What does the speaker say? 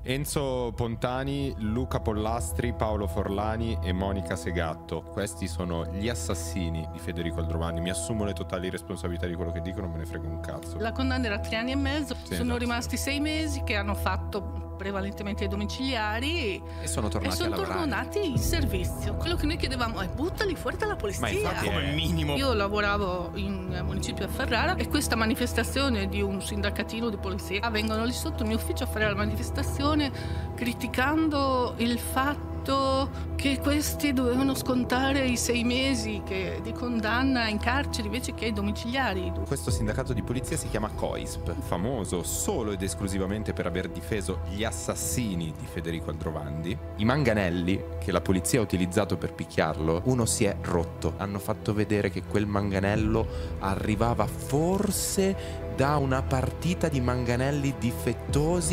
Enzo Pontani, Luca Pollastri, Paolo Forlani e Monica Segatto. Questi sono gli assassini di Federico Aldrovandi. Mi assumo le totali responsabilità di quello che dico, non me ne frega un cazzo. La condanna era 3 anni e mezzo, Sì, sono esatto. rimasti 6 mesi che hanno fatto prevalentemente i domiciliari E sono tornati a lavorare. tornati in servizio. Quello che noi chiedevamo è buttali fuori dalla polizia. Ma infatti Come minimo. Io lavoravo in municipio a Ferrara e questa manifestazione di un sindacatino di polizia vengono lì sotto il mio ufficio a fare la manifestazione criticando il fatto che questi dovevano scontare i 6 mesi di condanna in carcere invece che ai domiciliari. Questo sindacato di polizia si chiama COISP, famoso solo ed esclusivamente per aver difeso gli assassini di Federico Aldrovandi. I manganelli che la polizia ha utilizzato per picchiarlo, uno si è rotto. Hanno fatto vedere che quel manganello arrivava forse da una partita di manganelli difettosi